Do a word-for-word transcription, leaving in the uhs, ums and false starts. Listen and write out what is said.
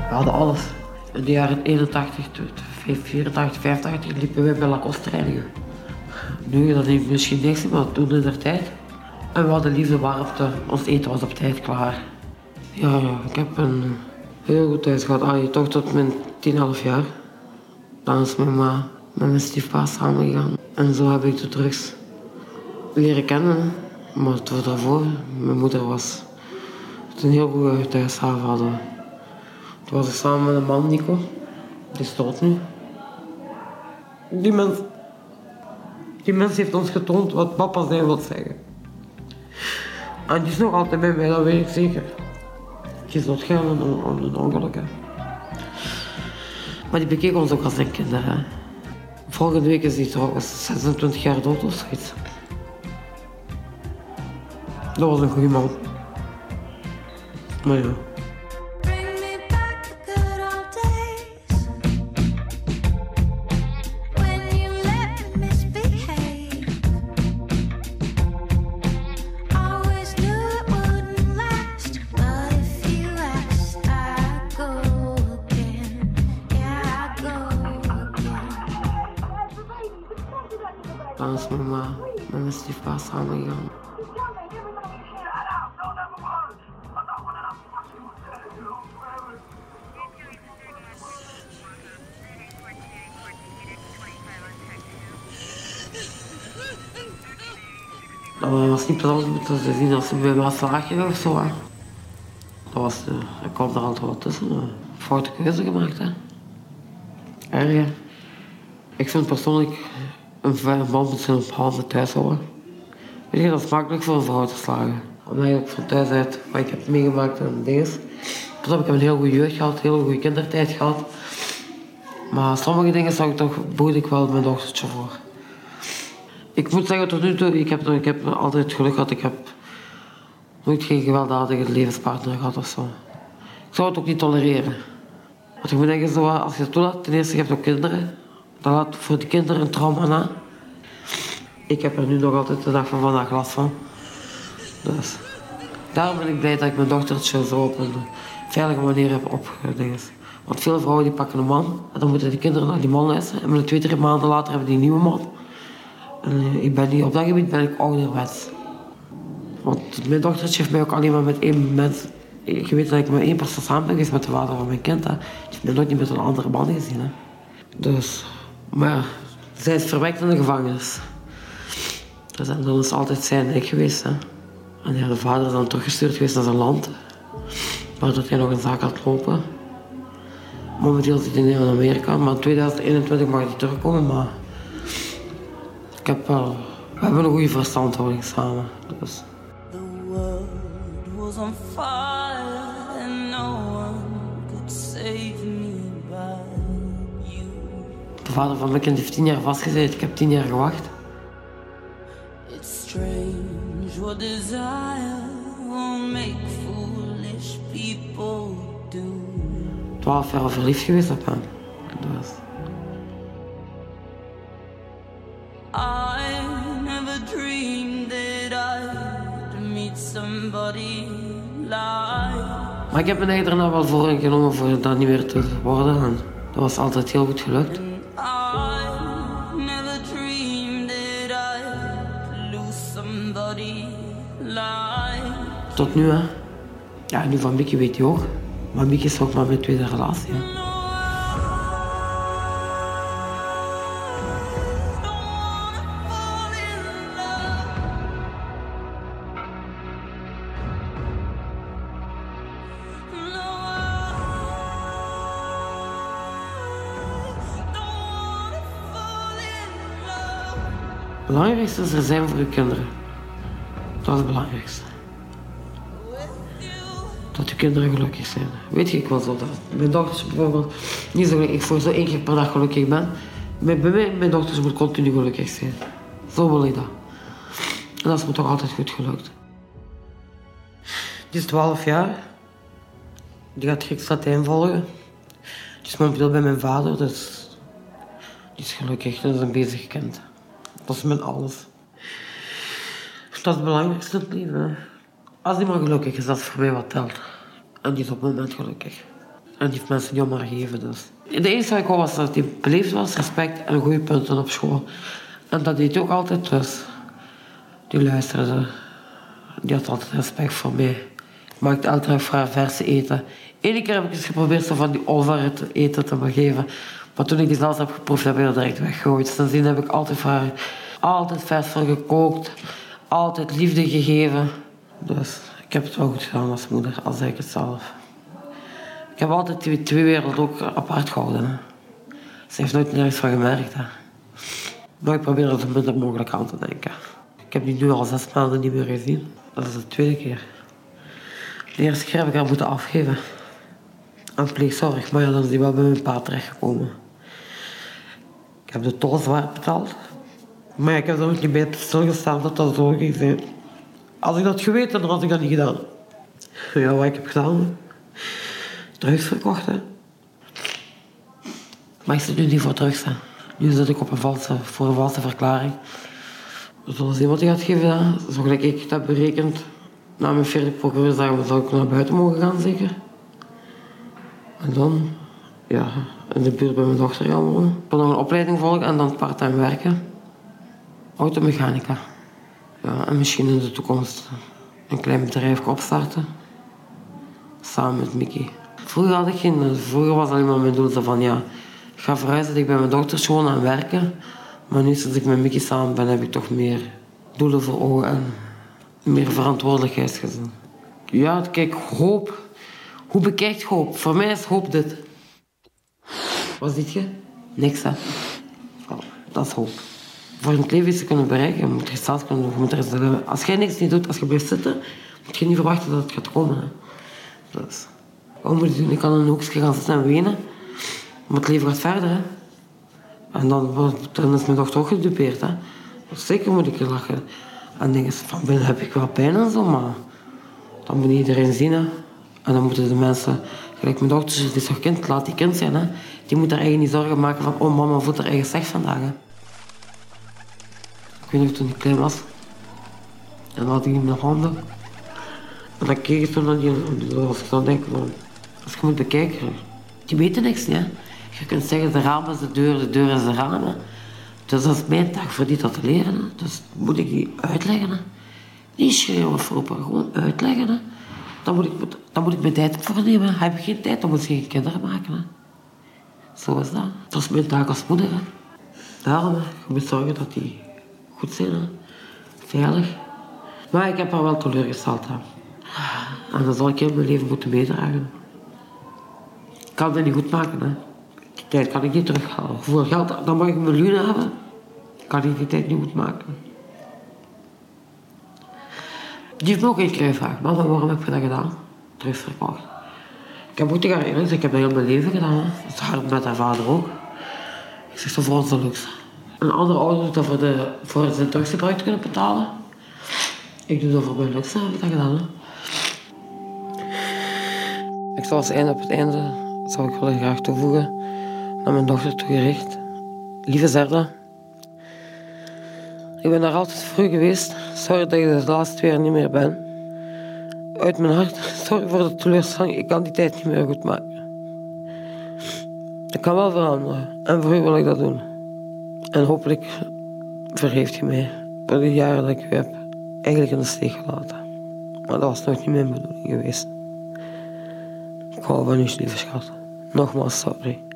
We hadden alles. In de jaren eenentachtig, vierentachtig, vijfentachtig liepen wij bij Lacoste reinigen. Nu, dat heeft misschien niks, maar toen in de tijd. En we hadden liefde, warmte, ons eten was op tijd klaar. Ja, ja, ik heb een heel goed thuis gehad, ah, toch tot mijn tien, elf jaar. Dan is mijn ma met mijn stiefpa samengegaan. En zo heb ik de drugs leren kennen. Maar het was daarvoor, mijn moeder was het een heel goede thuishaven hadden. Toen was ik samen met een man, Nico. Die is dood nu. Die mens, die mens heeft ons getoond wat papa zijn wil zeggen. En die is nog altijd bij mij, dat weet ik zeker. Die is doodgegaan aan een ongeluk. Hè. Maar die bekeek ons ook als zijn kinderen. Hè. Volgende week is hij trouwens zesentwintig jaar dood of zoiets. Dat was een goede man. Maar ja. Dan is mijn ma met mijn stiefpa samengegaan. Dat was niet plezant om te zien als ze bij mij slagen of zo. Hè. Dat was, uh, ik kwam er altijd wat tussen. Uh, foute keuze gemaakt. Hè. Erg, hè. Ik vind persoonlijk een man moet zijn op handen thuis houden. Weet je, dat is makkelijk voor een vrouw te slagen. Omdat je ook van thuis uit wat ik heb meegemaakt en dingen. Ik heb een heel goede jeugd gehad, een heel goede kindertijd gehad. Maar sommige dingen zag ik toch, bood ik wel mijn dochtertje voor. Ik moet zeggen, tot nu toe, ik heb, ik heb altijd het geluk gehad. Ik heb nooit geen gewelddadige levenspartner gehad of zo. Ik zou het ook niet tolereren. Want ik moet denken, zo, als je het toelaat, ten eerste, je hebt ook kinderen. Dat laat voor de kinderen een trauma na. Ik heb er nu nog altijd de dag van vandaag last van. Dus daarom ben ik blij dat ik mijn dochtertje zo op een veilige manier heb opgedingd. Want veel vrouwen die pakken een man en dan moeten de kinderen naar die man luisteren. En met twee, drie maanden later hebben die een nieuwe man. En ik ben die, op dat gebied ben ik ouderwets. Want mijn dochtertje heeft mij ook alleen maar met één mens... Je weet dat ik met één persoon samen ben geweest met de vader van mijn kind. Hè. Die heeft mij nooit niet met een andere man gezien. Hè. Dus, maar ja, zij is verwekt in de gevangenis. Dus en dan is altijd zijn ik geweest. Hè. En ja, de vader is dan teruggestuurd geweest naar zijn land. Waar dat hij nog een zaak had lopen. Momenteel zit hij in Amerika, maar in tweeduizend eenentwintig mag hij terugkomen. Maar ik heb wel, we hebben een goede verstandhouding samen. Dus. The world was on fire and no one could save me but you. De vader van mijn kind heeft tien jaar vastgezeten. Ik heb tien jaar gewacht. It's strange what desire will make foolish people do. Twaalf jaar verliefd geweest op hem. Dus. I never dreamed that I'd meet somebody like. Maar ik heb me eigenlijk daarna wel voor ingenomen voor dat niet meer te worden. En dat was altijd heel goed gelukt. I never dreamed that I'd lose somebody like. Tot nu, hè. Ja, nu van Mickey weet hij ook. Maar Mickey is ook maar mijn tweede relatie. Hè. Het belangrijkste is er zijn voor je kinderen. Dat is het belangrijkste. Dat je kinderen gelukkig zijn. Weet je, ik wil zo dat mijn dochters bijvoorbeeld niet zo gelukkig, ik voor zo één keer per dag gelukkig ben. Bij mij, mijn dochters moeten continu gelukkig zijn. Zo wil ik dat. En dat is me toch altijd goed gelukt. Die is twaalf jaar. Die gaat Grieks-Latijn volgen. Die is momenteel bij mijn vader, dus die is gelukkig. Dat is een bezig kind. Dat is met alles. Dat is het belangrijkste in het leven. Hè. Als die maar gelukkig is, dat is voor mij wat telt. En die is op het moment gelukkig. En die heeft mensen niet om haar gegeven. Dus. Het enige wat ik wou was dat hij beleefd was, respect en goede punten op school. En dat deed hij ook altijd. Dus die luisterde. Die had altijd respect voor mij. Ik maakte elke dag voor haar verse eten. Eén keer heb ik eens geprobeerd zo van die over te eten te me geven. Maar toen ik die zelfs heb geproefd, heb ik dat direct weggegooid. Dus sindsdien heb ik altijd voor haar altijd vers voor gekookt. Altijd liefde gegeven. Dus ik heb het wel goed gedaan als moeder, al zeg ik het zelf. Ik heb altijd die twee werelden ook apart gehouden. Hè. Ze heeft nooit nergens van gemerkt. Hè. Maar ik probeer er zo minder mogelijk aan te denken. Ik heb die nu al zes maanden niet meer gezien. Dat is de tweede keer. De eerste keer heb ik haar moeten afgeven. Aan pleegzorg, maar ja, dan is die wel bij mijn pa terechtgekomen. Ik heb de tol zwaar betaald. Maar ik heb er ook niet bij stilgestaan dat dat zo ging zijn. Als ik dat geweten, dan had ik dat niet gedaan. Ja, wat ik heb gedaan? Drugs verkocht, hè. Maar ik zit nu niet voor drugs, hè. Nu zit ik op een valse, voor een valse verklaring. Zoals iemand die gaat geven, hè. Zo gelijk ik het heb berekend. Na mijn veertig procureur zeggen we, zou ik naar buiten mogen gaan, zeker? En dan, ja, in de buurt bij mijn dochter gaan wonen. Ik wil nog een opleiding volgen en dan part-time werken. Automechanica. Ja, en misschien in de toekomst een klein bedrijf opstarten. Samen met Mickey. Vroeger had ik geen... Vroeger was alleen maar mijn doel zo van, ja... Ik ga verhuizen, ik bij mijn dochter gewoon aan werken. Maar nu, sinds ik met Mickey samen ben, heb ik toch meer doelen voor ogen en meer verantwoordelijkheidsgezin. Ja, kijk, hoop. Hoe bekijkt hoop? Voor mij is hoop dit. Wat ziet je? Niks, hè. Dat is hoop. Voor in het leven iets te kunnen bereiken, je moet er zelf kunnen doen. Je moet er, als jij niks niet doet, als je blijft zitten, moet je niet verwachten dat het gaat komen. Hè. Dus, wat moet ik doen? Ik kan in een hoekje gaan zitten en wenen. Maar het leven gaat verder. Hè. En dan, dan is mijn dochter ook gedupeerd. Hè. Dus zeker moet ik er lachen. En dingen van binnen heb ik wel pijn en zo, maar dat moet iedereen zien. Hè. En dan moeten de mensen, gelijk mijn dochter, die is toch kind, laat die kind zijn. Hè. Die moet haar eigen niet zorgen maken van, oh mama voelt haar eigen slecht vandaag. Hè. Ik weet nog toen ik klein was. En dan had ik die in mijn handen. En dan keek ik toen naar die, als ik dan denk van, als je moet bekijken, die weten niks, hè. Je kunt zeggen, de raam is de deur, de deur is de ramen. Dus dat is mijn taak voor die dat te leren. Hè. Dus moet ik die uitleggen. Hè. Niet schreeuwen of roepen, gewoon uitleggen. Hè. Dan, moet ik, dan moet ik mijn tijd voor nemen. Heb ik geen tijd, dan moet je geen kinderen maken. Hè. Zo is dat. Dat is mijn taak als moeder. Hè. Daarom, hè. Je moet zorgen dat die goed zijn. Hè. Veilig. Maar ik heb haar wel teleurgesteld. Hè. En dat zal ik in mijn leven moeten meedragen. Ik kan het niet goed maken. Hè. Die tijd kan ik niet terughalen. Voor geld, dan mag ik een miljoen hebben. Kan ik die tijd niet goed maken. Die heeft me ook een keer gevraagd. Mama, waarom heb je dat gedaan? Drugs verkocht. Ik heb ook tegen haar eerlijk, ik heb dat heel mijn leven gedaan. Hè. Dat is hard met haar vader ook. Ik zeg zo voor ons de luxe. Een andere ouder doet dat voor, de, voor zijn drugsgebruik te kunnen betalen. Ik doe dat voor mijn luxe, heb ik dat gedaan. Hè. Ik zal als einde op het einde, zou ik willen graag toevoegen, naar mijn dochter toegericht. Lieve Zerda, ik ben daar altijd voor u geweest. Sorry dat ik de laatste twee jaar niet meer ben. Uit mijn hart, sorry voor de teleurstelling. Ik kan die tijd niet meer goed maken. Ik kan wel veranderen. En voor u wil ik dat doen. En hopelijk vergeeft u mij voor de jaren dat ik u heb eigenlijk in de steek gelaten. Maar dat was nog niet mijn bedoeling geweest. Ik hou van u, lieve schat. Nogmaals, sorry.